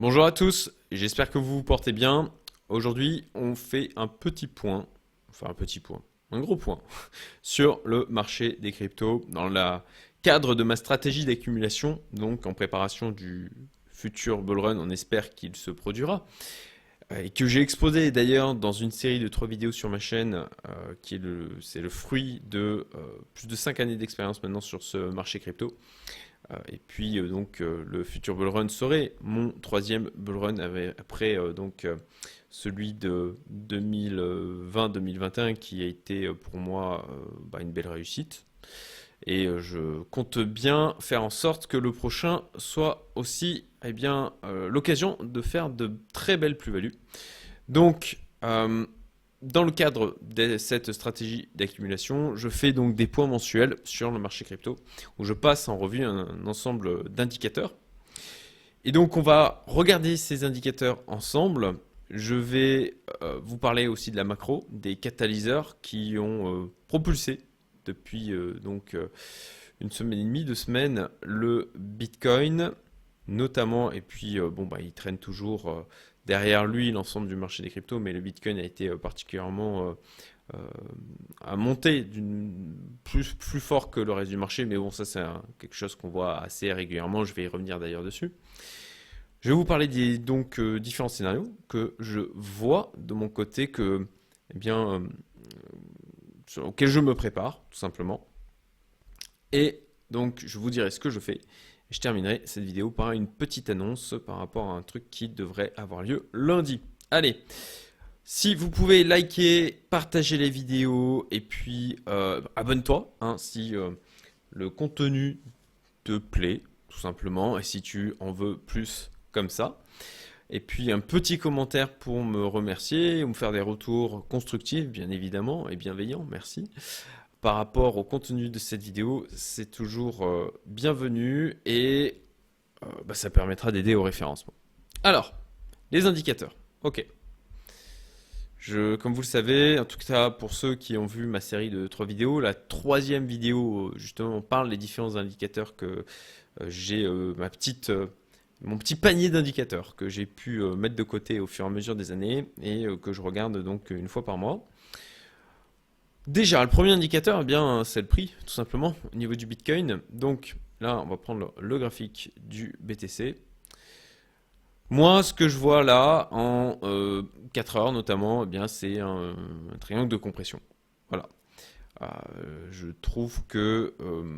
Bonjour à tous, j'espère que vous vous portez bien. Aujourd'hui, on fait un petit point, enfin un petit point, un gros point, sur le marché des cryptos dans le cadre de ma stratégie d'accumulation, donc en préparation du futur bull run, on espère qu'il se produira, et que j'ai exposé d'ailleurs dans une série de 3 vidéos sur ma chaîne, c'est le fruit de plus de 5 années d'expérience maintenant sur ce marché crypto. Et puis le futur bull run serait mon troisième bull run après celui de 2020-2021 qui a été pour moi une belle réussite. Et je compte bien faire en sorte que le prochain soit aussi l'occasion de faire de très belles plus-values. Donc, dans le cadre de cette stratégie d'accumulation, je fais donc des points mensuels sur le marché crypto où je passe en revue un ensemble d'indicateurs. Et donc, on va regarder ces indicateurs ensemble. Je vais vous parler aussi de la macro, des catalyseurs qui ont propulsé depuis une semaine et demie, 2 semaines, le Bitcoin notamment. Et puis, il traîne toujours derrière lui l'ensemble du marché des cryptos, mais le Bitcoin a été particulièrement à monter plus fort que le reste du marché. Mais bon, ça, c'est quelque chose qu'on voit assez régulièrement. Je vais y revenir d'ailleurs dessus. Je vais vous parler des différents scénarios que je vois de mon côté, auxquels je me prépare, tout simplement. Et donc, je vous dirai ce que je fais. Et je terminerai cette vidéo par une petite annonce par rapport à un truc qui devrait avoir lieu lundi. Allez, si vous pouvez liker, partager les vidéos et puis abonne-toi si le contenu te plaît, tout simplement, et si tu en veux plus comme ça. Et puis un petit commentaire pour me remercier ou me faire des retours constructifs, bien évidemment, et bienveillants, merci. Par rapport au contenu de cette vidéo, c'est toujours bienvenu et ça permettra d'aider au référencement. Alors, les indicateurs. Ok. Comme vous le savez, en tout cas pour ceux qui ont vu ma série de 3 vidéos, la troisième vidéo justement parle des différents indicateurs que j'ai mon petit panier d'indicateurs que j'ai pu mettre de côté au fur et à mesure des années et que je regarde donc une fois par mois. Déjà, le premier indicateur, c'est le prix, tout simplement, au niveau du Bitcoin. Donc là, on va prendre le graphique du BTC. Moi, ce que je vois là, en 4 heures notamment, c'est un triangle de compression. Voilà. Je trouve que,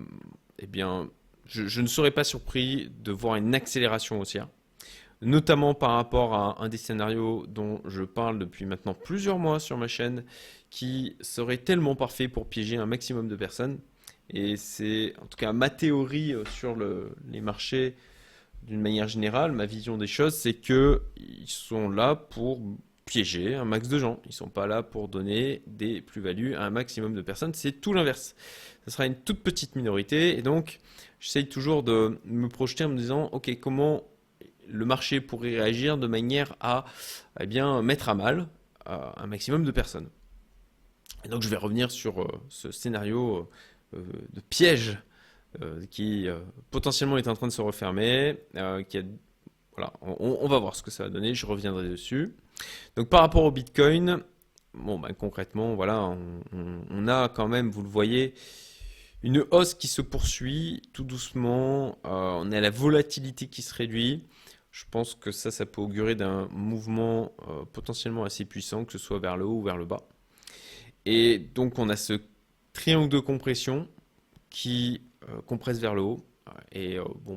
je ne serais pas surpris de voir une accélération haussière, notamment par rapport à un des scénarios dont je parle depuis maintenant plusieurs mois sur ma chaîne, qui serait tellement parfait pour piéger un maximum de personnes. Et c'est en tout cas ma théorie sur les marchés d'une manière générale, ma vision des choses, c'est qu'ils sont là pour piéger un max de gens. Ils ne sont pas là pour donner des plus-values à un maximum de personnes. C'est tout l'inverse. Ce sera une toute petite minorité. Et donc, j'essaye toujours de me projeter en me disant, ok, comment le marché pourrait réagir de manière à mettre à mal un maximum de personnes. Et donc je vais revenir sur ce scénario de piège qui potentiellement est en train de se refermer. Voilà, on va voir ce que ça va donner, je reviendrai dessus. Donc par rapport au Bitcoin, concrètement, voilà, on a quand même, vous le voyez, une hausse qui se poursuit tout doucement. On a la volatilité qui se réduit. Je pense que ça peut augurer d'un mouvement potentiellement assez puissant, que ce soit vers le haut ou vers le bas. Et donc on a ce triangle de compression qui compresse vers le haut. Et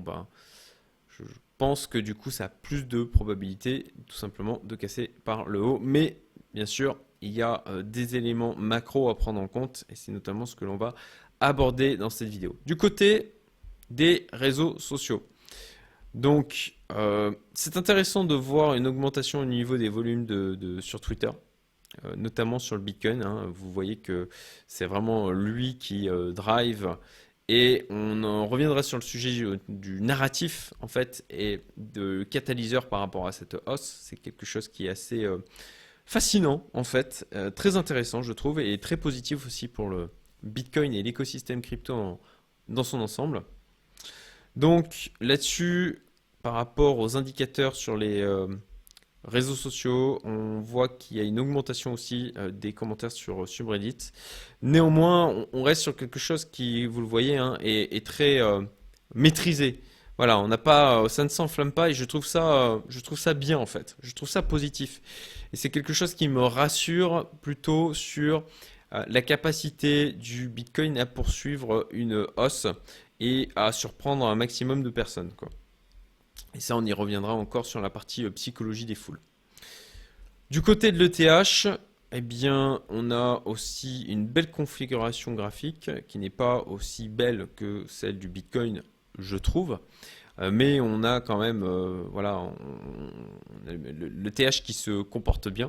je pense que du coup ça a plus de probabilité tout simplement de casser par le haut. Mais bien sûr, il y a des éléments macro à prendre en compte et c'est notamment ce que l'on va aborder dans cette vidéo. Du côté des réseaux sociaux. Donc, c'est intéressant de voir une augmentation au niveau des volumes sur Twitter, notamment sur le Bitcoin. Vous voyez que c'est vraiment lui qui drive. Et on en reviendra sur le sujet du narratif, en fait, et de catalyseur par rapport à cette hausse. C'est quelque chose qui est assez fascinant, en fait, très intéressant, je trouve, et très positif aussi pour le Bitcoin et l'écosystème crypto dans son ensemble. Donc, là-dessus, par rapport aux indicateurs sur les réseaux sociaux, on voit qu'il y a une augmentation aussi des commentaires sur Subreddit. Néanmoins, on reste sur quelque chose qui, vous le voyez, hein, est très maîtrisé. Voilà, on n'a pas, ça ne s'enflamme pas et je trouve ça bien en fait. Je trouve ça positif. Et c'est quelque chose qui me rassure plutôt sur la capacité du Bitcoin à poursuivre une hausse et à surprendre un maximum de personnes, quoi. Et ça, on y reviendra encore sur la partie psychologie des foules. Du côté de l'ETH, eh bien, on a aussi une belle configuration graphique qui n'est pas aussi belle que celle du Bitcoin, je trouve. Mais on a quand même, voilà, le TH qui se comporte bien.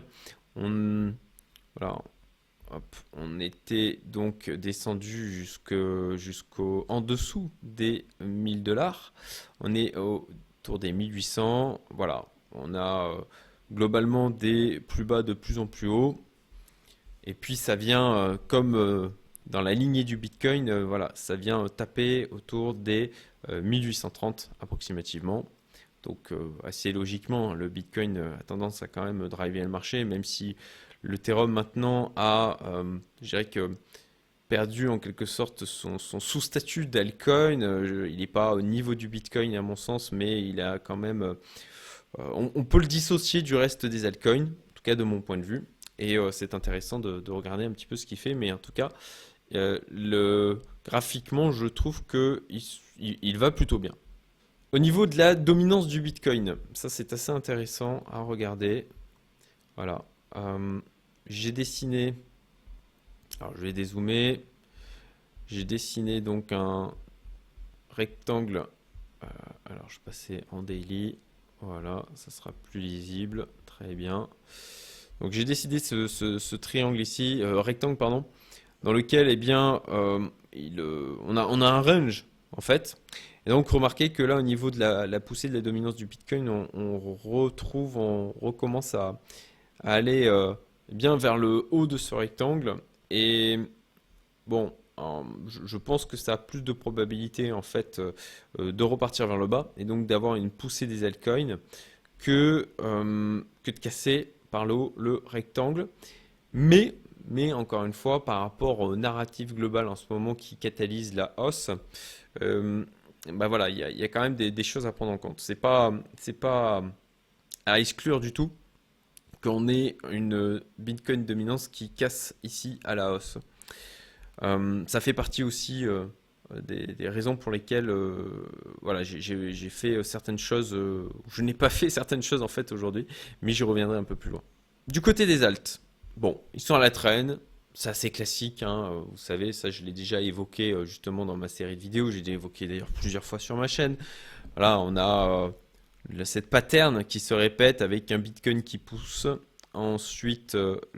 Voilà, hop, on était donc descendu jusqu'au en dessous des 1000 dollars. On est autour des 1800. Voilà, on a globalement des plus bas de plus en plus haut. Et puis ça vient comme dans la lignée du Bitcoin, voilà, ça vient taper autour des 1830 approximativement. Donc assez logiquement, le Bitcoin a tendance à quand même driver le marché, même si l'Ethereum maintenant a, je dirais que perdu en quelque sorte son sous-statut d'altcoin. Il n'est pas au niveau du Bitcoin à mon sens, mais il a quand même, on peut le dissocier du reste des altcoins, en tout cas de mon point de vue. Et c'est intéressant de regarder un petit peu ce qu'il fait, mais en tout cas, graphiquement, je trouve que il va plutôt bien. Au niveau de la dominance du Bitcoin, ça c'est assez intéressant à regarder. Voilà. J'ai dessiné, alors je vais dézoomer, j'ai dessiné donc un rectangle. Alors je passais en daily, voilà, ça sera plus lisible, très bien. Donc j'ai décidé ce triangle ici, rectangle pardon, dans lequel eh bien, on a un range en fait. Et donc remarquez que là au niveau de la poussée de la dominance du Bitcoin, on recommence à aller bien vers le haut de ce rectangle. Et bon, je pense que ça a plus de probabilité en fait de repartir vers le bas et donc d'avoir une poussée des altcoins que de casser par le haut le rectangle. Mais encore une fois, par rapport au narratif global en ce moment qui catalyse la hausse, bah voilà, il y a quand même des choses à prendre en compte. C'est pas à exclure du tout qu'on ait une Bitcoin dominance qui casse ici à la hausse. Ça fait partie aussi des raisons pour lesquelles voilà, j'ai fait certaines choses, je n'ai pas fait certaines choses en fait aujourd'hui, mais j'y reviendrai un peu plus loin. Du côté des alts, bon, ils sont à la traîne, c'est assez classique, hein, vous savez, ça je l'ai déjà évoqué justement dans ma série de vidéos, j'ai déjà évoqué d'ailleurs plusieurs fois sur ma chaîne. Voilà, on a cette pattern qui se répète avec un Bitcoin qui pousse, ensuite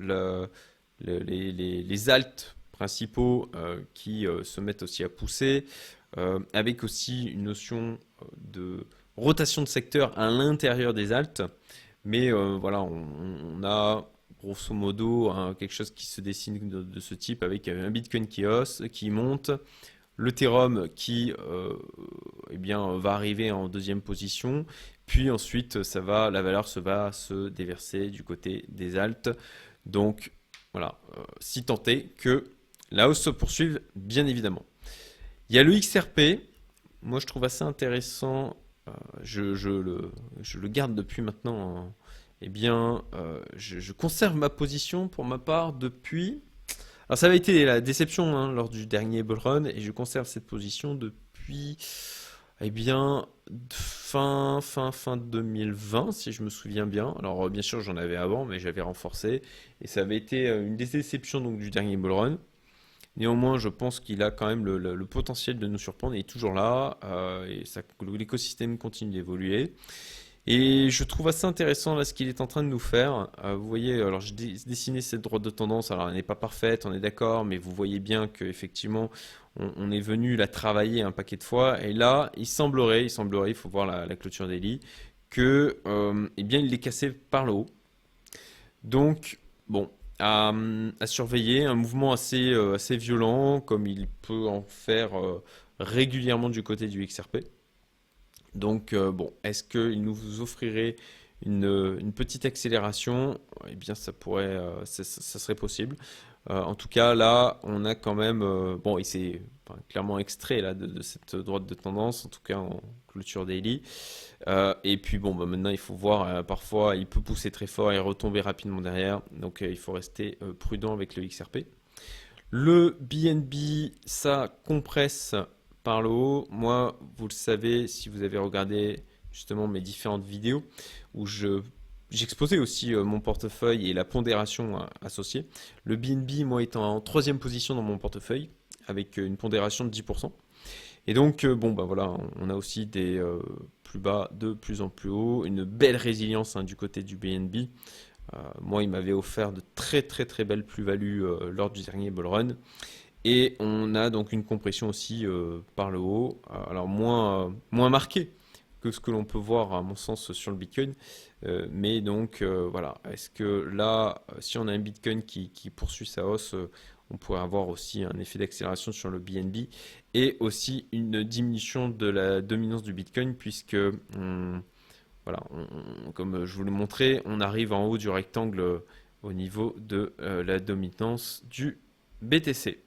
les alts principaux qui se mettent aussi à pousser, avec aussi une notion de rotation de secteur à l'intérieur des alts. Mais voilà, on a grosso modo quelque chose qui se dessine de ce type avec un Bitcoin qui monte, l'Ethereum qui eh bien, va arriver en deuxième position, puis ensuite la valeur va se déverser du côté des alts. Donc voilà, si tant est que la hausse se poursuive, bien évidemment. Il y a le XRP, moi je trouve assez intéressant, je le garde depuis maintenant, hein. Eh bien, je conserve ma position pour ma part depuis... Alors ça avait été la déception hein, lors du dernier bull run et je conserve cette position depuis eh bien fin 2020 si je me souviens bien. Alors bien sûr j'en avais avant mais j'avais renforcé et ça avait été une des déceptions donc du dernier bull run. Néanmoins, je pense qu'il a quand même le potentiel de nous surprendre. Il est toujours là et l'écosystème continue d'évoluer. Et je trouve assez intéressant là ce qu'il est en train de nous faire. Vous voyez, alors j'ai dessiné cette droite de tendance. Alors elle n'est pas parfaite, on est d'accord, mais vous voyez bien qu'effectivement on est venu la travailler un paquet de fois. Et là, il semblerait, il faut voir la clôture daily, que eh bien il est cassé par le haut. Donc bon, à surveiller, un mouvement assez violent, comme il peut en faire régulièrement du côté du XRP. Donc bon, est-ce qu'il nous offrirait une petite accélération? Eh bien, ça pourrait, ça serait possible. En tout cas, là, on a quand même, bon, il s'est enfin, clairement extrait là de cette droite de tendance, en tout cas en clôture daily. Et puis bon, bah, maintenant, il faut voir. Parfois, il peut pousser très fort et retomber rapidement derrière. Donc, il faut rester prudent avec le XRP. Le BNB, ça compresse par le haut. Moi, vous le savez, si vous avez regardé justement mes différentes vidéos où j'exposais aussi mon portefeuille et la pondération associée. Le BNB, moi, étant en troisième position dans mon portefeuille avec une pondération de 10%. Et donc, bon, bah voilà, on a aussi des plus bas de plus en plus haut, une belle résilience du côté du BNB. Moi, il m'avait offert de très très très belles plus-values lors du dernier bull run. Et on a donc une compression aussi par le haut, alors moins marquée que ce que l'on peut voir à mon sens sur le Bitcoin. Mais donc voilà, est-ce que là, si on a un Bitcoin qui poursuit sa hausse, on pourrait avoir aussi un effet d'accélération sur le BNB et aussi une diminution de la dominance du Bitcoin puisque voilà, comme je vous l'ai montré, on arrive en haut du rectangle au niveau de la dominance du BTC.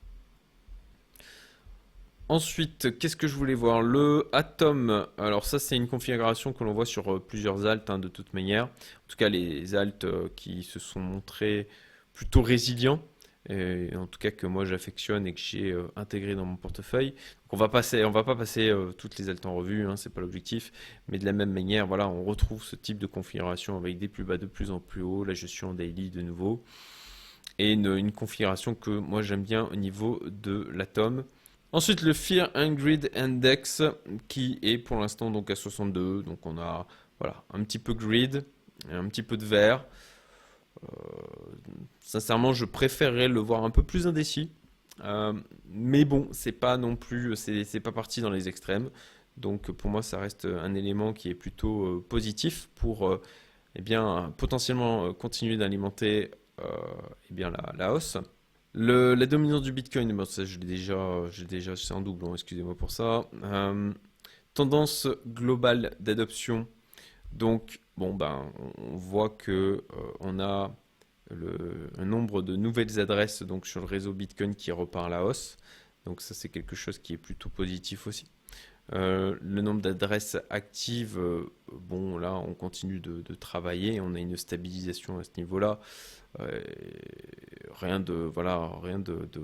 Ensuite, qu'est-ce que je voulais voir? Le Atom, alors ça c'est une configuration que l'on voit sur plusieurs alts de toute manière. En tout cas les alts qui se sont montrés plutôt résilients, et en tout cas que moi j'affectionne et que j'ai intégré dans mon portefeuille. Donc on va pas passer toutes les alts en revue, c'est pas l'objectif, mais de la même manière, voilà, on retrouve ce type de configuration avec des plus bas de plus en plus haut, la gestion en daily de nouveau, et une configuration que moi j'aime bien au niveau de l'Atom. Ensuite, le Fear and Greed Index qui est pour l'instant donc à 62. Donc on a voilà, un petit peu greed, un petit peu de vert. Euh, Sincèrement, je préférerais le voir un peu plus indécis. Mais bon, c'est pas non plus, c'est pas parti dans les extrêmes. Donc pour moi, ça reste un élément qui est plutôt positif pour eh bien, potentiellement continuer d'alimenter eh bien, la hausse. La dominance du Bitcoin, bon, ça j'ai déjà, c'est en doublon, excusez-moi pour ça. Tendance globale d'adoption. Donc, bon, ben, on voit que on a un nombre de nouvelles adresses donc sur le réseau Bitcoin qui repart à la hausse. Donc ça, c'est quelque chose qui est plutôt positif aussi. Le nombre d'adresses actives, bon, là, on continue de travailler. On a une stabilisation à ce niveau-là. Euh, Rien de voilà rien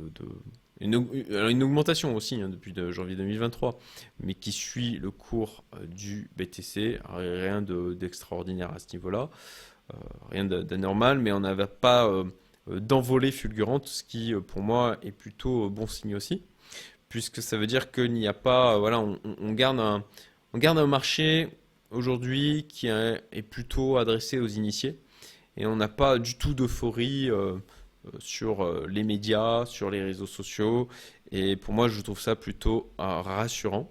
une augmentation aussi depuis janvier 2023 mais qui suit le cours du BTC, rien d'extraordinaire à ce niveau-là, rien d'anormal, mais on n'avait pas d'envolée fulgurante, ce qui pour moi est plutôt bon signe aussi, puisque ça veut dire qu'il n'y a pas voilà on garde un marché aujourd'hui qui est plutôt adressé aux initiés et on n'a pas du tout d'euphorie sur les médias, sur les réseaux sociaux. Et pour moi, je trouve ça plutôt rassurant.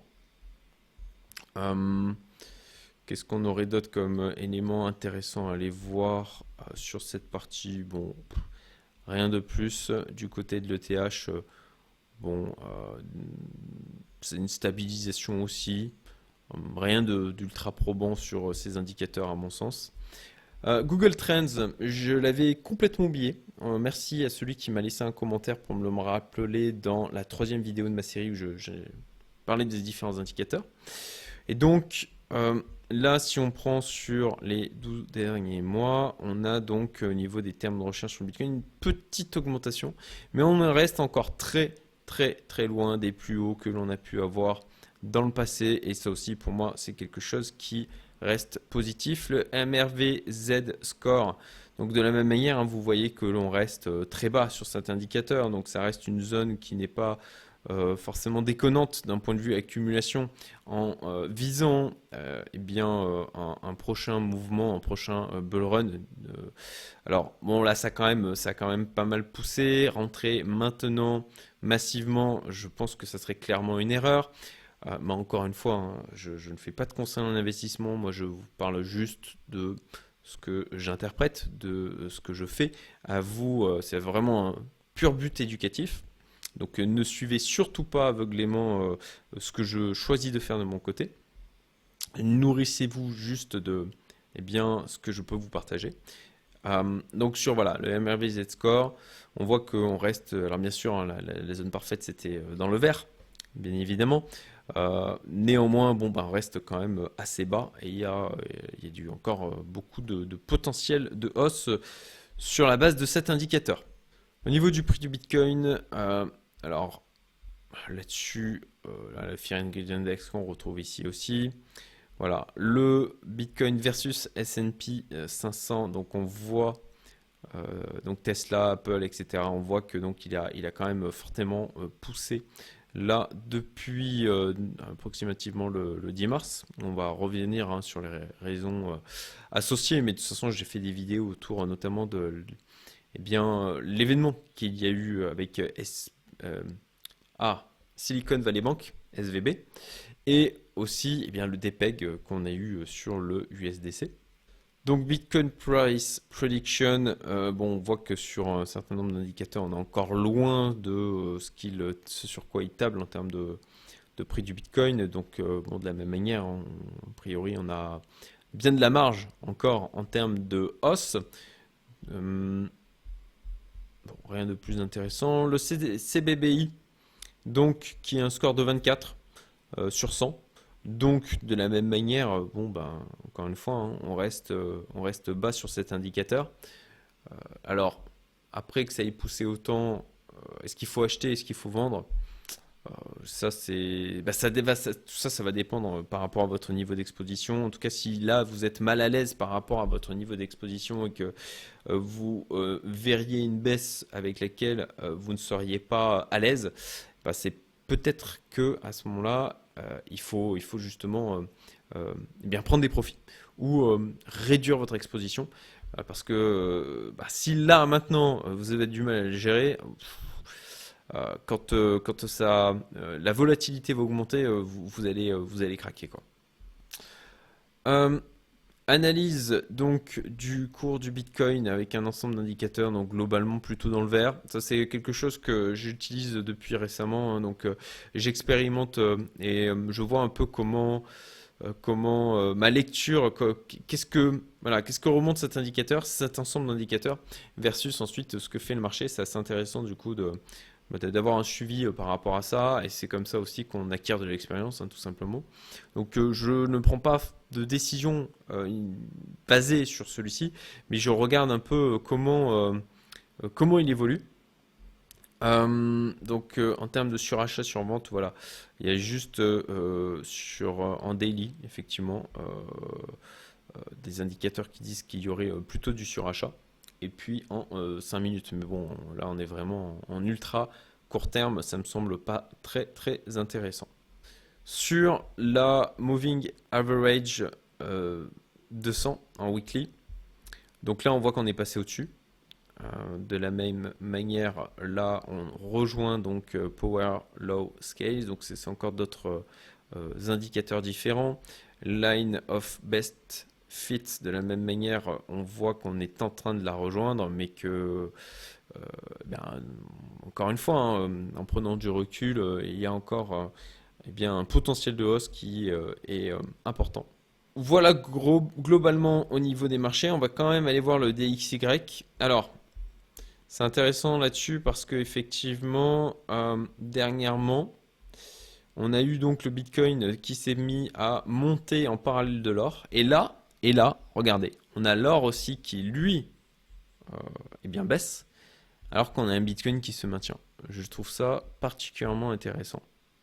Euh, Qu'est-ce qu'on aurait d'autre comme élément intéressant à aller voir sur cette partie? Bon, rien de plus. Du côté de l'ETH, bon, c'est une stabilisation aussi. Rien d'ultra probant sur ces indicateurs à mon sens. Google Trends, je l'avais complètement oublié. Merci à celui qui m'a laissé un commentaire pour me le rappeler dans la troisième vidéo de ma série où j'ai parlé des différents indicateurs. Et donc, là, si on prend sur les 12 derniers mois, on a donc au niveau des termes de recherche sur le Bitcoin une petite augmentation, mais on reste encore très très très loin des plus hauts que l'on a pu avoir dans le passé. Et ça aussi, pour moi, c'est quelque chose qui reste positif. Le MRVZ score, donc de la même manière, vous voyez que l'on reste très bas sur cet indicateur, donc ça reste une zone qui n'est pas forcément déconnante d'un point de vue accumulation en visant eh bien, un prochain mouvement, un prochain bull run. Alors bon là ça a quand même pas mal poussé, rentrer maintenant massivement, je pense que ça serait clairement une erreur. Mais encore une fois, je ne fais pas de conseil en investissement, moi je vous parle juste de ce que j'interprète, de ce que je fais. À vous, c'est vraiment un pur but éducatif. Donc ne suivez surtout pas aveuglément ce que je choisis de faire de mon côté. nourrissez-vous juste de ce que je peux vous partager. Donc sur voilà, le MRV Z-Score, on voit qu'on reste, alors bien sûr, hein, la zone parfaite c'était dans le vert, bien évidemment. Néanmoins, bon, on reste quand même assez bas et il y a encore beaucoup de potentiel de hausse sur la base de cet indicateur. Au niveau du prix du Bitcoin, alors là-dessus, le Fear and Greed Index qu'on retrouve ici aussi. Voilà, le Bitcoin versus S&P 500, donc on voit donc Tesla, Apple, etc. On voit que donc il a quand même fortement poussé là depuis approximativement le 10 mars. On va revenir hein, sur les raisons associées, mais de toute façon j'ai fait des vidéos autour notamment de l'événement qu'il y a eu avec Silicon Valley Bank, SVB, et aussi le DPEG qu'on a eu sur le USDC. Donc Bitcoin Price Prediction, on voit que sur un certain nombre d'indicateurs, on est encore loin de ce sur quoi il table en termes de prix du Bitcoin. Donc de la même manière, a priori, on a bien de la marge encore en termes de hausse. Rien de plus intéressant. Le CBBI, donc qui a un score de 24 sur 100. Donc de la même manière, encore une fois, hein, on reste bas sur cet indicateur. Alors, après que ça ait poussé autant, est-ce qu'il faut acheter, est-ce qu'il faut vendre? Ça, c'est, tout ça, ça va dépendre par rapport à votre niveau d'exposition. En tout cas, si là, vous êtes mal à l'aise par rapport à votre niveau d'exposition et que vous verriez une baisse avec laquelle vous ne seriez pas à l'aise, c'est peut-être que à ce moment-là, il faut justement prendre des profits ou réduire votre exposition parce que si là maintenant vous avez du mal à le gérer, quand la volatilité va augmenter, vous allez craquer quoi. Analyse donc du cours du Bitcoin avec un ensemble d'indicateurs, donc globalement plutôt dans le vert. Ça c'est quelque chose que j'utilise depuis récemment, hein, donc j'expérimente et je vois un peu comment ma lecture, qu'est-ce que remonte cet indicateur, cet ensemble d'indicateurs versus ensuite ce que fait le marché. C'est assez intéressant du coup d'avoir un suivi par rapport à ça, et c'est comme ça aussi qu'on acquiert de l'expérience, hein, tout simplement. Donc je ne prends pas de décision basée sur celui-ci, mais je regarde un peu comment il évolue. Donc en termes de surachat sur vente, voilà, il y a juste en daily effectivement des indicateurs qui disent qu'il y aurait plutôt du surachat, et puis en 5 minutes. Mais bon, là on est vraiment en ultra court terme, ça me semble pas très très intéressant. Sur la Moving Average 200 en weekly, donc là on voit qu'on est passé au-dessus. De la même manière, là on rejoint donc Power Law Scales, donc c'est encore d'autres indicateurs différents. Line of Best Fit, de la même manière, on voit qu'on est en train de la rejoindre, mais que encore une fois, hein, en prenant du recul, il y a encore un potentiel de hausse qui est important. Voilà globalement au niveau des marchés. On va quand même aller voir le DXY. Alors, c'est intéressant là-dessus parce que effectivement, dernièrement, on a eu donc le Bitcoin qui s'est mis à monter en parallèle de l'or. Et là, regardez, on a l'or aussi qui lui, baisse, alors qu'on a un Bitcoin qui se maintient. Je trouve ça particulièrement intéressant.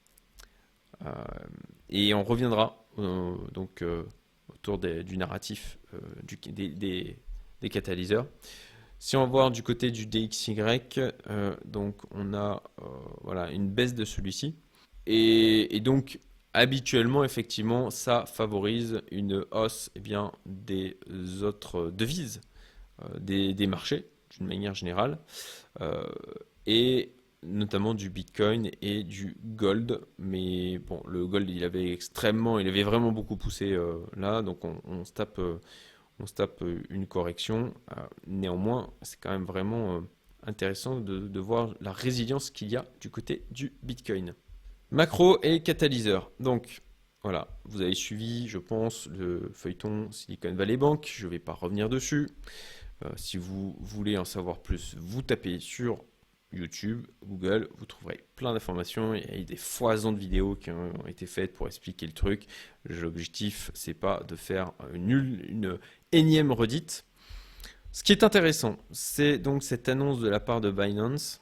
Et on reviendra autour du narratif des catalyseurs. Si on va voir du côté du DXY, donc on a une baisse de celui-ci. Et donc habituellement, effectivement, ça favorise une hausse des autres devises, des marchés d'une manière générale, et notamment du Bitcoin et du Gold. Mais bon, le Gold, il avait vraiment beaucoup poussé là, donc on se tape une correction. Néanmoins, c'est quand même vraiment intéressant de voir la résilience qu'il y a du côté du Bitcoin. Macro et catalyseur. Donc, Voilà, vous avez suivi, je pense, le feuilleton Silicon Valley Bank. Je ne vais pas revenir dessus. Si vous voulez en savoir plus, vous tapez sur YouTube, Google, vous trouverez plein d'informations. Il y a des foisons de vidéos qui ont été faites pour expliquer le truc. L'objectif, c'est pas de faire une énième redite. Ce qui est intéressant, c'est donc cette annonce de la part de Binance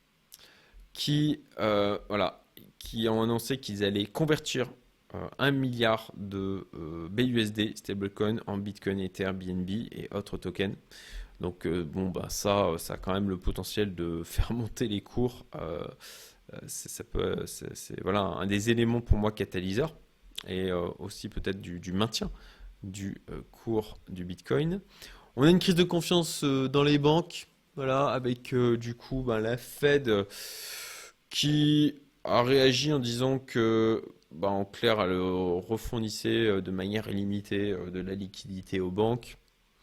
voilà, qui ont annoncé qu'ils allaient convertir 1 milliard de BUSD stablecoin en Bitcoin, Ether, BNB et autres tokens. Donc bon, bah ça a quand même le potentiel de faire monter les cours. C'est voilà un des éléments pour moi catalyseurs et aussi peut-être du maintien du cours du Bitcoin. On a une crise de confiance dans les banques, voilà, avec du coup bah, la Fed qui a réagi en disant que bah, en clair elle refournissait de manière illimitée de la liquidité aux banques.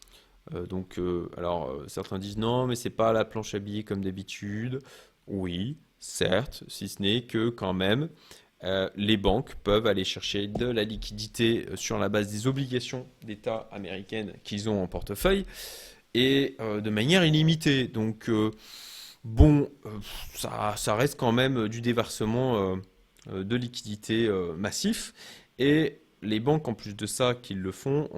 Certains disent non, mais c'est pas la planche à billets comme d'habitude. Oui, certes, si ce n'est que quand même, les banques peuvent aller chercher de la liquidité sur la base des obligations d'État américaines qu'ils ont en portefeuille et de manière illimitée. Bon, ça reste quand même du déversement de liquidité massif et les banques, en plus de ça, qui le font,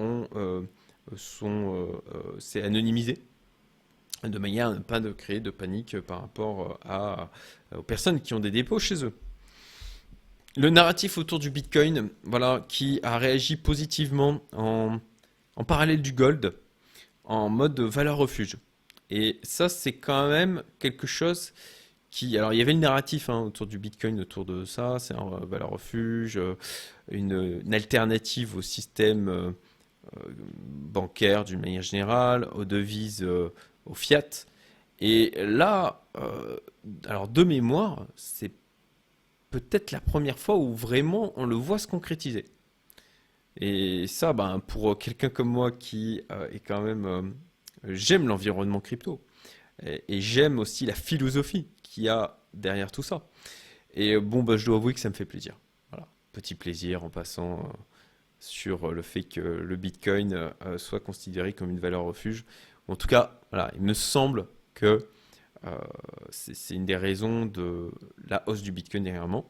c'est anonymisé de manière à ne pas de créer de panique par rapport aux personnes qui ont des dépôts chez eux. Le narratif autour du Bitcoin, voilà, qui a réagi positivement en parallèle du gold, en mode valeur refuge. Et ça, c'est quand même quelque chose qui... Alors, il y avait le narratif autour du Bitcoin, autour de ça, c'est un valeur refuge, une alternative au système bancaire d'une manière générale, aux devises, au fiat. Et là, alors de mémoire, c'est peut-être la première fois où vraiment on le voit se concrétiser. Et ça, ben, pour quelqu'un comme moi qui est quand même... j'aime l'environnement crypto. Et j'aime aussi la philosophie qu'il y a derrière tout ça. Et bon, bah, je dois avouer que ça me fait plaisir. Voilà. Petit plaisir en passant sur le fait que le Bitcoin soit considéré comme une valeur refuge. En tout cas, voilà, il me semble que c'est une des raisons de la hausse du Bitcoin dernièrement.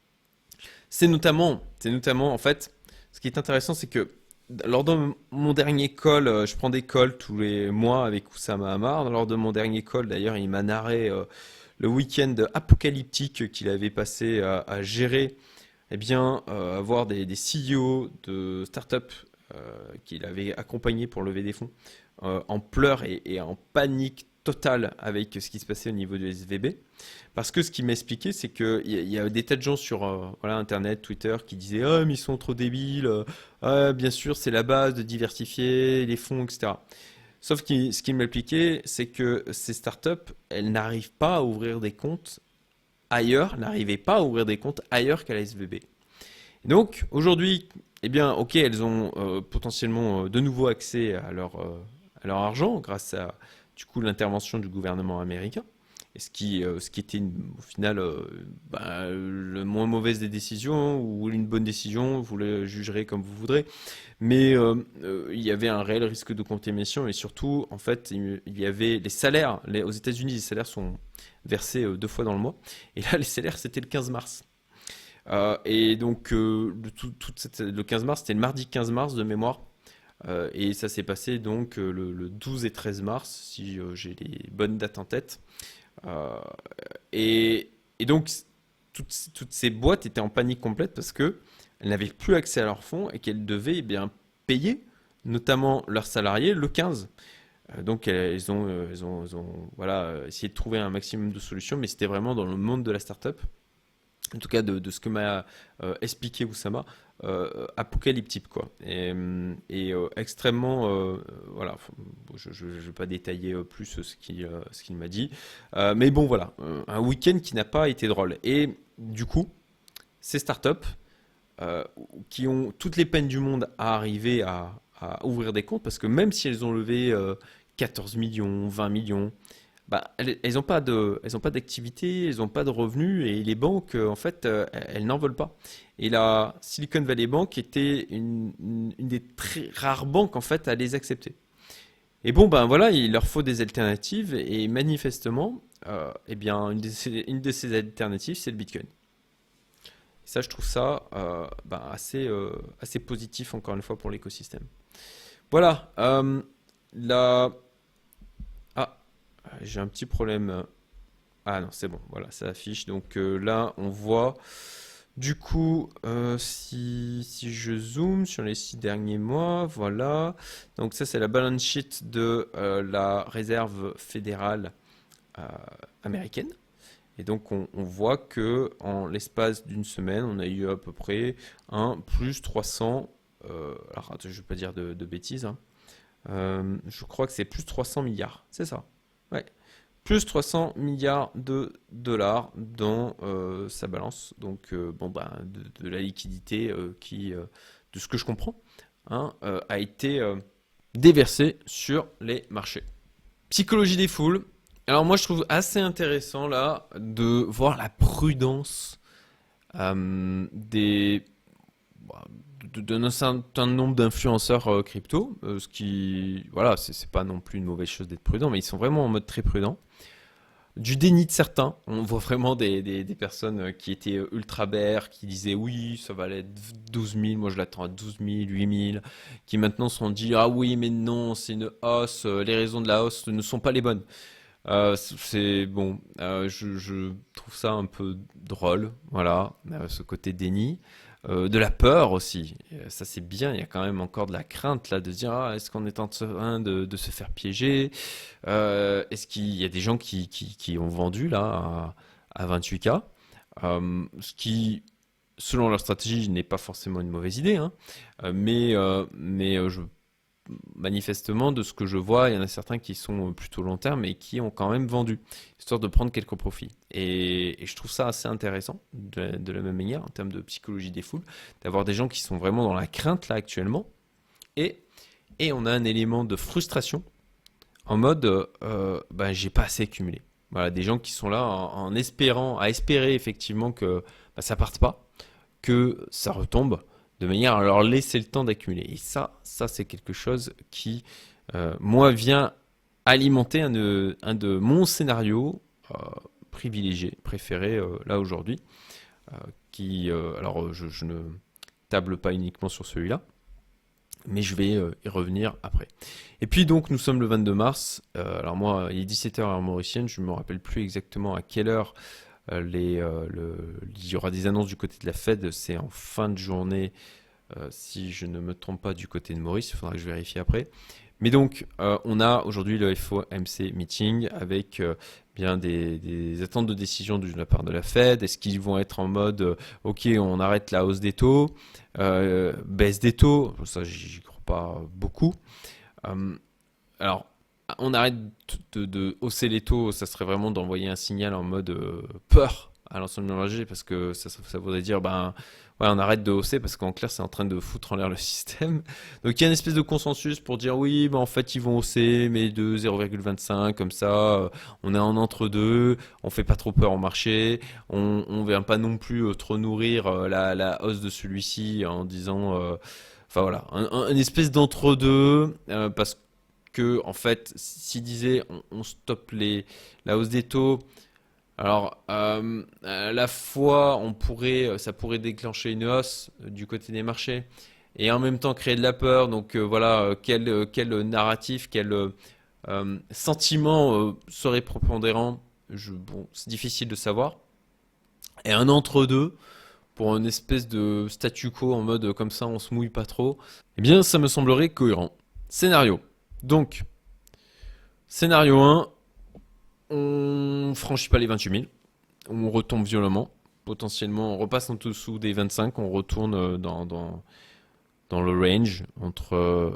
C'est notamment, en fait, ce qui est intéressant, c'est que lors de mon dernier call, je prends des calls tous les mois avec Oussama Hamar. Lors de mon dernier call, d'ailleurs, il m'a narré le week-end apocalyptique qu'il avait passé à gérer, eh bien, avoir des CEO de start-up qu'il avait accompagnés pour lever des fonds en pleurs et en panique totale avec ce qui se passait au niveau du SVB. Parce que ce qu'il m'expliquait, c'est qu'il y a des tas de gens sur voilà, Internet, Twitter, qui disaient «Ah, mais ils sont trop débiles, ah, bien sûr, c'est la base de diversifier les fonds, etc.» Sauf que ce qu'il m'expliquait, c'est que ces startups, elles n'arrivent pas à ouvrir des comptes ailleurs, n'arrivaient pas à ouvrir des comptes ailleurs qu'à la SVB. Donc aujourd'hui, eh bien, ok, elles ont potentiellement de nouveau accès à leur argent grâce à du coup l'intervention du gouvernement américain. Et ce qui était au final bah, le moins mauvaise des décisions ou une bonne décision, vous le jugerez comme vous voudrez. Mais il y avait un réel risque de contamination et surtout, en fait, il y avait les salaires. Aux États-Unis, les salaires sont versés 2 fois dans le mois. Et là, les salaires, c'était le 15 mars. Et donc, le 15 mars, c'était le mardi 15 mars de mémoire. Et ça s'est passé donc le 12 et 13 mars, si j'ai les bonnes dates en tête. Euh, et donc, toutes ces boîtes étaient en panique complète parce que elles n'avaient plus accès à leurs fonds et qu'elles devaient eh bien, payer, notamment leurs salariés, le 15. Donc, elles ont voilà, essayé de trouver un maximum de solutions, mais c'était vraiment dans le monde de la startup en tout cas de ce que m'a expliqué Oussama, apocalyptique quoi. Et extrêmement, voilà, je ne vais pas détailler plus ce qu'il m'a dit. Mais bon voilà, un week-end qui n'a pas été drôle. Et du coup, ces startups qui ont toutes les peines du monde à arriver à ouvrir des comptes, parce que même si elles ont levé 14 millions, 20 millions, bah, elles n'ont pas d'activité, elles n'ont pas de revenus et les banques, en fait, elles n'en veulent pas. Et la Silicon Valley Bank était une des très rares banques en fait à les accepter. Et bon, ben voilà, il leur faut des alternatives et manifestement, eh bien, une de ces alternatives, c'est le Bitcoin. Et ça, je trouve ça ben, assez positif encore une fois pour l'écosystème. Voilà. La... Ah, j'ai un petit problème. Ah non, c'est bon, voilà, ça affiche. Donc là, on voit. Du coup, si je zoome sur les 6 derniers mois, voilà. Donc ça, c'est la balance sheet de la réserve fédérale euh, américaine. Et donc, on voit que en l'espace d'une semaine, on a eu à peu près un plus 300. Alors, attends, je ne vais pas dire de bêtises, hein. Je crois que c'est plus 300 milliards. C'est ça. Ouais. Plus 300 milliards de dollars dans sa balance. Donc, bon, bah, de la liquidité qui, de ce que je comprends, hein, a été déversée sur les marchés. Psychologie des foules. Alors, moi, je trouve assez intéressant là de voir la prudence des bah, d'un certain nombre d'influenceurs crypto, ce qui, voilà, c'est pas non plus une mauvaise chose d'être prudent, mais ils sont vraiment en mode très prudent. Du déni de certains, on voit vraiment des personnes qui étaient ultra bear, qui disaient oui, ça va aller 12 000, moi je l'attends à 12 000, 8 000, qui maintenant se sont dit ah oui, mais non, c'est une hausse, les raisons de la hausse ne sont pas les bonnes. C'est bon, je trouve ça un peu drôle, voilà, ce côté déni. De la peur aussi, ça c'est bien, il y a quand même encore de la crainte là de se dire ah, est-ce qu'on est en train de se faire piéger. Est-ce qu'il y a des gens qui ont vendu là à 28K, ce qui selon leur stratégie n'est pas forcément une mauvaise idée, hein. Manifestement, de ce que je vois, il y en a certains qui sont plutôt long terme et qui ont quand même vendu, histoire de prendre quelques profits. Et je trouve ça assez intéressant, de la même manière, en termes de psychologie des foules, d'avoir des gens qui sont vraiment dans la crainte là actuellement. Et, et on a un élément de frustration en mode, ben, j'ai pas assez accumulé. Voilà, des gens qui sont là en espérant, à espérer effectivement que ben, ça parte pas, que ça retombe, de manière à leur laisser le temps d'accumuler. Et ça c'est quelque chose qui, moi, vient alimenter un de mon scénario privilégié, préféré là aujourd'hui, alors je ne table pas uniquement sur celui-là, mais je vais y revenir après. Et puis donc nous sommes le 22 mars, alors moi il est 17h heure mauricienne, je ne me rappelle plus exactement à quelle heure il y aura des annonces du côté de la Fed, c'est en fin de journée, si je ne me trompe pas du côté de Maurice, il faudra que je vérifie après. Mais donc, on a aujourd'hui le FOMC meeting avec bien des attentes de décision de la part de la Fed. Est-ce qu'ils vont être en mode, ok, on arrête la hausse des taux, baisse des taux, ça j'y crois pas beaucoup. Alors, on arrête de hausser les taux, ça serait vraiment d'envoyer un signal en mode peur à l'ensemble du marché parce que ça voudrait dire ben ouais, on arrête de hausser parce qu'en clair c'est en train de foutre en l'air le système. Donc il y a une espèce de consensus pour dire oui, ben en fait ils vont hausser mais de 0,25 comme ça, on est en entre-deux, on fait pas trop peur au marché, on vient pas non plus trop nourrir la hausse de celui-ci en disant enfin voilà, une espèce d'entre-deux parce que en fait s'il disait on stoppe la hausse des taux, alors à la fois ça pourrait déclencher une hausse du côté des marchés et en même temps créer de la peur. Donc voilà, quel narratif, quel sentiment serait prépondérant, bon, c'est difficile de savoir. Et un entre-deux pour une espèce de statu quo en mode comme ça on se mouille pas trop, eh bien ça me semblerait cohérent. Scénario. Donc, scénario 1, on franchit pas les 28 000, on retombe violemment, potentiellement on repasse en dessous des 25, on retourne dans le range entre,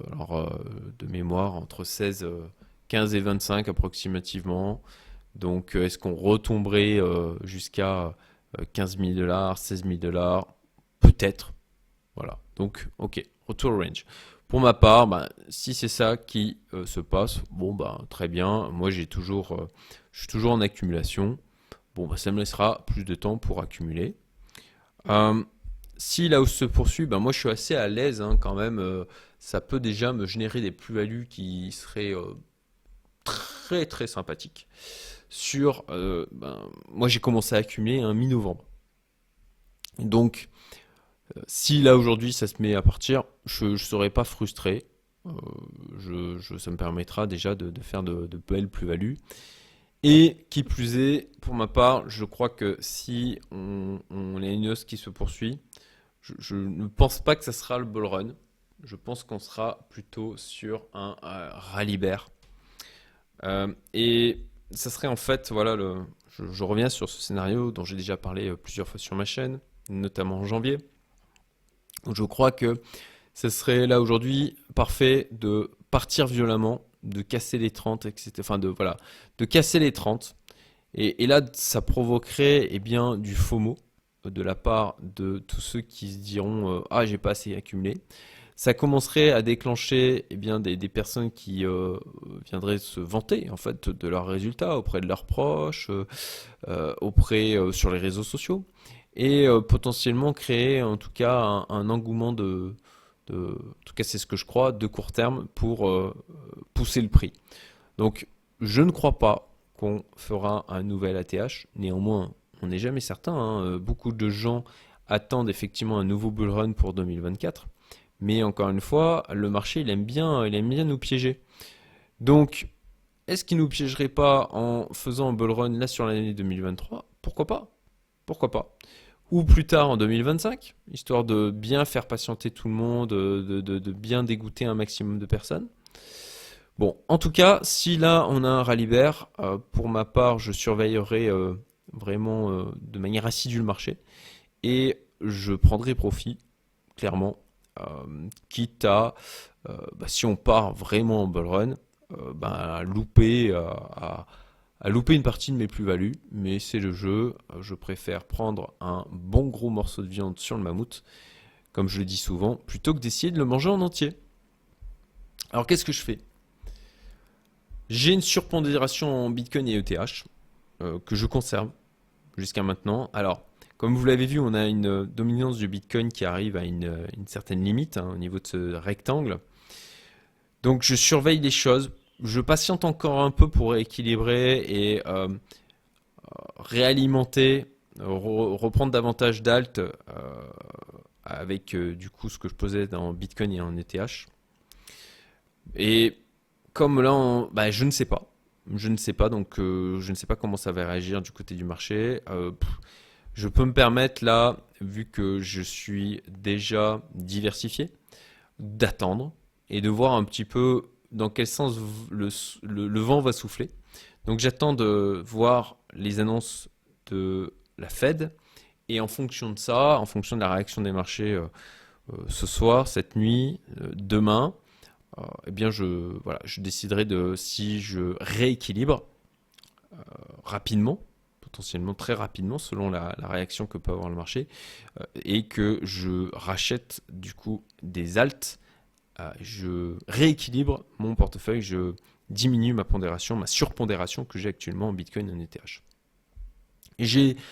de mémoire, entre 16, 15 et 25 approximativement. Donc est-ce qu'on retomberait jusqu'à 15 000 dollars, 16 000 dollars? Peut-être. Voilà. Donc, ok, retour au range. Pour ma part, si c'est ça qui se passe, bon très bien. Moi je suis toujours en accumulation. Bon ça me laissera plus de temps pour accumuler. Euh, Si la hausse se poursuit, moi je suis assez à l'aise hein, quand même. Ça peut déjà me générer des plus-values qui seraient très très sympathiques. Moi j'ai commencé à accumuler un mi-novembre. Donc si là aujourd'hui ça se met à partir, je ne serai pas frustré. Ça me permettra déjà de faire de belles plus-values. Et qui plus est, pour ma part, je crois que si on a une hausse qui se poursuit, je ne pense pas que ça sera le bull run. Je pense qu'on sera plutôt sur un rallye bear. Et ça serait en fait, voilà, je reviens sur ce scénario dont j'ai déjà parlé plusieurs fois sur ma chaîne, notamment en janvier. Je crois que ce serait là aujourd'hui parfait de partir violemment, de casser les 30, etc. Enfin, de casser les 30. Et là, ça provoquerait bien du FOMO de la part de tous ceux qui se diront ah, j'ai pas assez accumulé. Ça commencerait à déclencher des personnes qui viendraient se vanter en fait de leurs résultats auprès de leurs proches, sur les réseaux sociaux, et potentiellement créer en tout cas un engouement en tout cas c'est ce que je crois, de court terme pour pousser le prix. Donc je ne crois pas qu'on fera un nouvel ATH, néanmoins on n'est jamais certain, hein. Beaucoup de gens attendent effectivement un nouveau bull run pour 2024, mais encore une fois, le marché il aime bien nous piéger. Donc est-ce qu'il nous piégerait pas en faisant un bull run là sur l'année 2023? Pourquoi pas? Pourquoi pas? Ou plus tard en 2025, histoire de bien faire patienter tout le monde, de bien dégoûter un maximum de personnes. Bon, en tout cas, si là on a un rallye bear, pour ma part, je surveillerai vraiment de manière assidue le marché et je prendrai profit, clairement, quitte à, si on part vraiment en bull run, à louper une partie de mes plus-values, mais c'est le jeu. Je préfère prendre un bon gros morceau de viande sur le mammouth, comme je le dis souvent, plutôt que d'essayer de le manger en entier. Alors qu'est-ce que je fais? J'ai une surpondération en Bitcoin et ETH que je conserve jusqu'à maintenant. Alors, comme vous l'avez vu, on a une dominance du Bitcoin qui arrive à une certaine limite hein, au niveau de ce rectangle. Donc je surveille les choses. Je patiente encore un peu pour rééquilibrer et réalimenter, reprendre davantage d'alt avec du coup ce que je posais dans Bitcoin et en ETH. Et comme là, je ne sais pas. Je ne sais pas, donc je ne sais pas comment ça va réagir du côté du marché. Je peux me permettre là, vu que je suis déjà diversifié, d'attendre et de voir un petit peu dans quel sens le vent va souffler. Donc j'attends de voir les annonces de la Fed et en fonction de ça, en fonction de la réaction des marchés ce soir, cette nuit, demain, je déciderai de si je rééquilibre rapidement, potentiellement très rapidement selon la réaction que peut avoir le marché, et que je rachète du coup des alts, je rééquilibre mon portefeuille, je diminue ma pondération, ma surpondération que j'ai actuellement en Bitcoin et en ETH. Et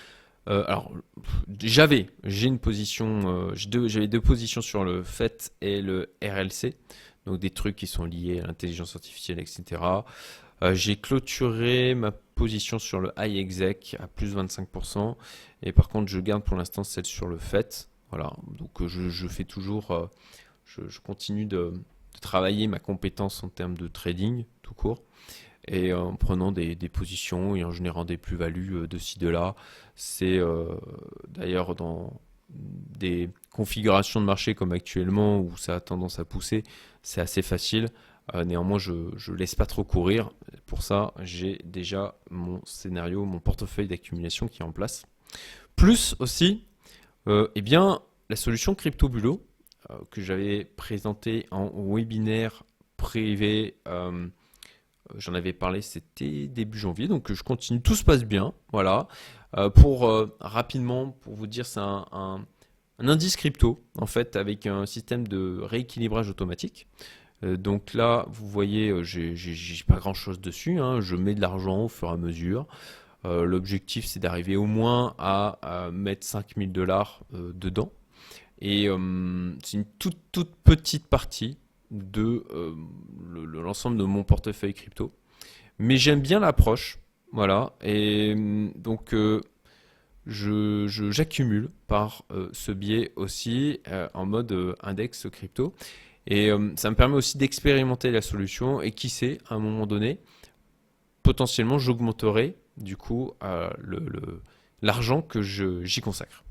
j'ai une position, j'avais deux positions sur le FET et le RLC, donc des trucs qui sont liés à l'intelligence artificielle, etc. J'ai clôturé ma position sur le high exec à plus 25%, et par contre je garde pour l'instant celle sur le FET. Voilà, donc je fais toujours, je continue de travailler ma compétence en termes de trading tout court, et en prenant des positions et en générant des plus-values de ci, de là. C'est d'ailleurs dans des configurations de marché comme actuellement où ça a tendance à pousser, c'est assez facile. Néanmoins, je ne laisse pas trop courir. Pour ça, j'ai déjà mon scénario, mon portefeuille d'accumulation qui est en place. Plus aussi, la solution CryptoBulo que j'avais présentée en webinaire privé. J'en avais parlé, c'était début janvier, donc je continue, tout se passe bien. Voilà. Rapidement, pour vous dire, c'est un un indice crypto, en fait, avec un système de rééquilibrage automatique. Donc là, vous voyez, j'ai pas grand-chose dessus, hein. Je mets de l'argent au fur et à mesure. L'objectif, c'est d'arriver au moins à mettre 5000 dollars dedans. Et c'est une toute petite partie de l'ensemble de mon portefeuille crypto. Mais j'aime bien l'approche. Voilà. Et donc, j'accumule par ce biais aussi en mode index crypto. Et ça me permet aussi d'expérimenter la solution. Et qui sait, à un moment donné, potentiellement, j'augmenterai du coup l'argent que j'y consacre.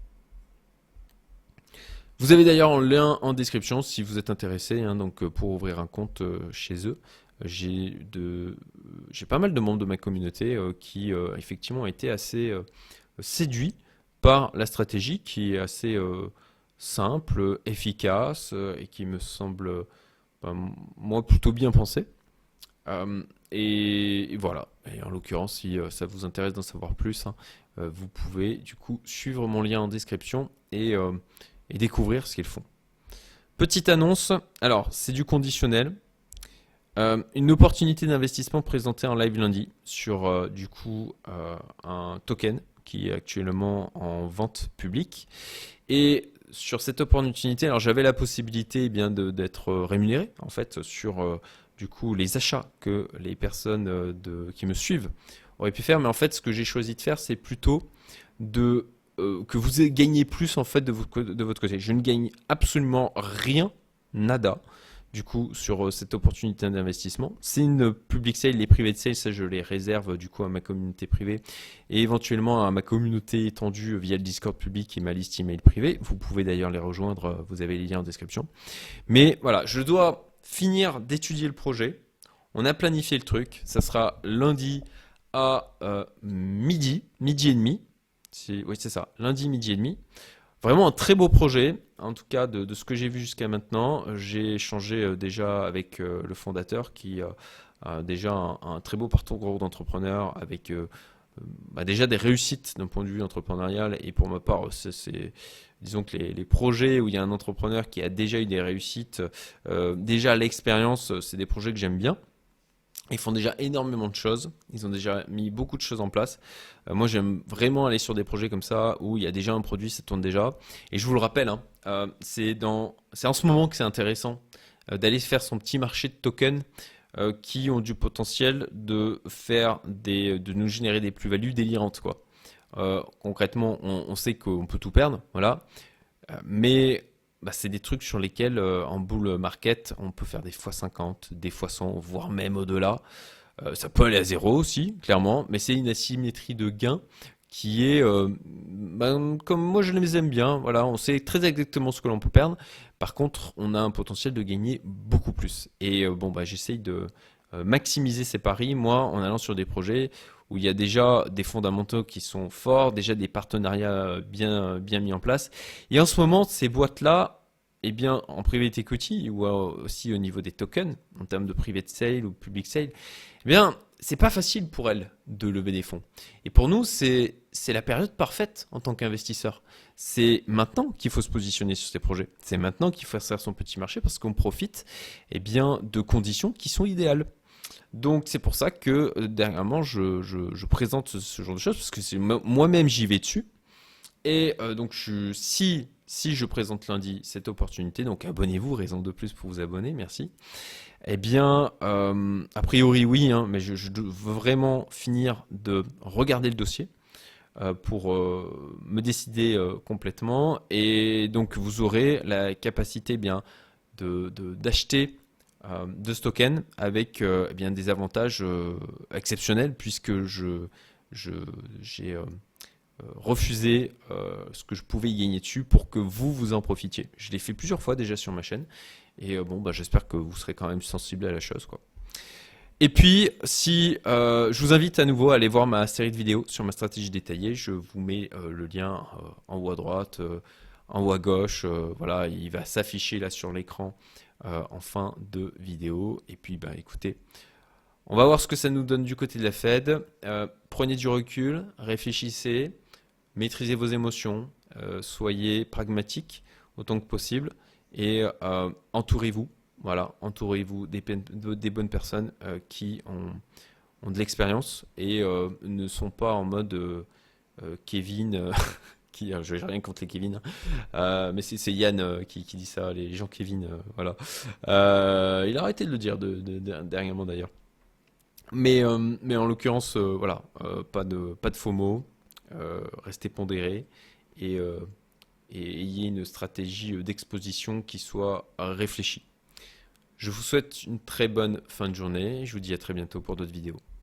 Vous avez d'ailleurs un lien en description si vous êtes intéressé, hein, donc pour ouvrir un compte chez eux. J'ai pas mal de membres de ma communauté qui effectivement ont été assez séduits par la stratégie qui est assez simple, efficace et qui me semble, moi, plutôt bien pensée. Et voilà. Et en l'occurrence, si ça vous intéresse d'en savoir plus, hein, vous pouvez du coup suivre mon lien en description et découvrir ce qu'ils font. Petite annonce, alors c'est du conditionnel. Une opportunité d'investissement présentée en live lundi sur du coup un token qui est actuellement en vente publique. Et sur cette opportunité, alors j'avais la possibilité d'être rémunéré en fait sur du coup les achats que les personnes qui me suivent auraient pu faire. Mais en fait, ce que j'ai choisi de faire, c'est plutôt que vous gagnez plus en fait de votre côté. Je ne gagne absolument rien, nada, du coup sur cette opportunité d'investissement. C'est une public sale, les private sales, ça je les réserve du coup à ma communauté privée et éventuellement à ma communauté étendue via le Discord public et ma liste email privée. Vous pouvez d'ailleurs les rejoindre, vous avez les liens en description. Mais voilà, je dois finir d'étudier le projet. On a planifié le truc, ça sera lundi à midi et demi. Oui, c'est ça, lundi midi et demi. Vraiment un très beau projet, en tout cas de ce que j'ai vu jusqu'à maintenant. J'ai échangé déjà avec le fondateur qui a déjà un très beau parcours d'entrepreneur avec déjà des réussites d'un point de vue entrepreneurial. Et pour ma part, disons que les projets où il y a un entrepreneur qui a déjà eu des réussites, déjà l'expérience, c'est des projets que j'aime bien. Ils font déjà énormément de choses, ils ont déjà mis beaucoup de choses en place. Moi, j'aime vraiment aller sur des projets comme ça où il y a déjà un produit, ça tourne déjà. Et je vous le rappelle, hein, c'est en ce moment que c'est intéressant d'aller faire son petit marché de tokens qui ont du potentiel de de nous générer des plus-values délirantes, quoi. Concrètement, on sait qu'on peut tout perdre, voilà. Mais c'est des trucs sur lesquels, en bull market, on peut faire des fois 50, des fois 100, voire même au-delà. Ça peut aller à zéro aussi, clairement, mais c'est une asymétrie de gain qui est, comme moi je les aime bien, voilà, on sait très exactement ce que l'on peut perdre. Par contre, on a un potentiel de gagner beaucoup plus. Et j'essaye de maximiser ces paris, moi, en allant sur des projets où il y a déjà des fondamentaux qui sont forts, déjà des partenariats bien mis en place. Et en ce moment, ces boîtes-là, eh bien, en private equity ou aussi au niveau des tokens, en termes de private sale ou public sale, eh bien, c'est pas facile pour elles de lever des fonds. Et pour nous, c'est la période parfaite en tant qu'investisseur. C'est maintenant qu'il faut se positionner sur ces projets. C'est maintenant qu'il faut faire son petit marché parce qu'on profite, eh bien, de conditions qui sont idéales. Donc c'est pour ça que dernièrement je présente ce genre de choses parce que moi-même j'y vais dessus. Et donc si je présente lundi cette opportunité, donc abonnez-vous, raison de plus pour vous abonner, merci. Eh bien, a priori oui, hein, mais je veux vraiment finir de regarder le dossier pour me décider complètement. Et donc vous aurez la capacité d'acheter de ce token avec des avantages exceptionnels puisque j'ai refusé ce que je pouvais y gagner dessus pour que vous en profitiez. Je l'ai fait plusieurs fois déjà sur ma chaîne et j'espère que vous serez quand même sensible à la chose, quoi. Et puis, si je vous invite à nouveau à aller voir ma série de vidéos sur ma stratégie détaillée, je vous mets le lien en haut à droite, en haut à gauche, voilà, il va s'afficher là sur l'écran en fin de vidéo. Et puis, écoutez, on va voir ce que ça nous donne du côté de la Fed. Prenez du recul, réfléchissez, maîtrisez vos émotions, soyez pragmatique autant que possible et entourez-vous. Voilà, entourez-vous des bonnes personnes qui ont de l'expérience et ne sont pas en mode Kevin, je n'ai rien contre les Kevin, hein. Mais c'est Yann qui dit ça, les gens Kevin, voilà. Il a arrêté de le dire dernièrement d'ailleurs. Mais en l'occurrence, voilà, pas de faux mots, restez pondérés et, euh, et ayez une stratégie d'exposition qui soit réfléchie. Je vous souhaite une très bonne fin de journée. Je vous dis à très bientôt pour d'autres vidéos.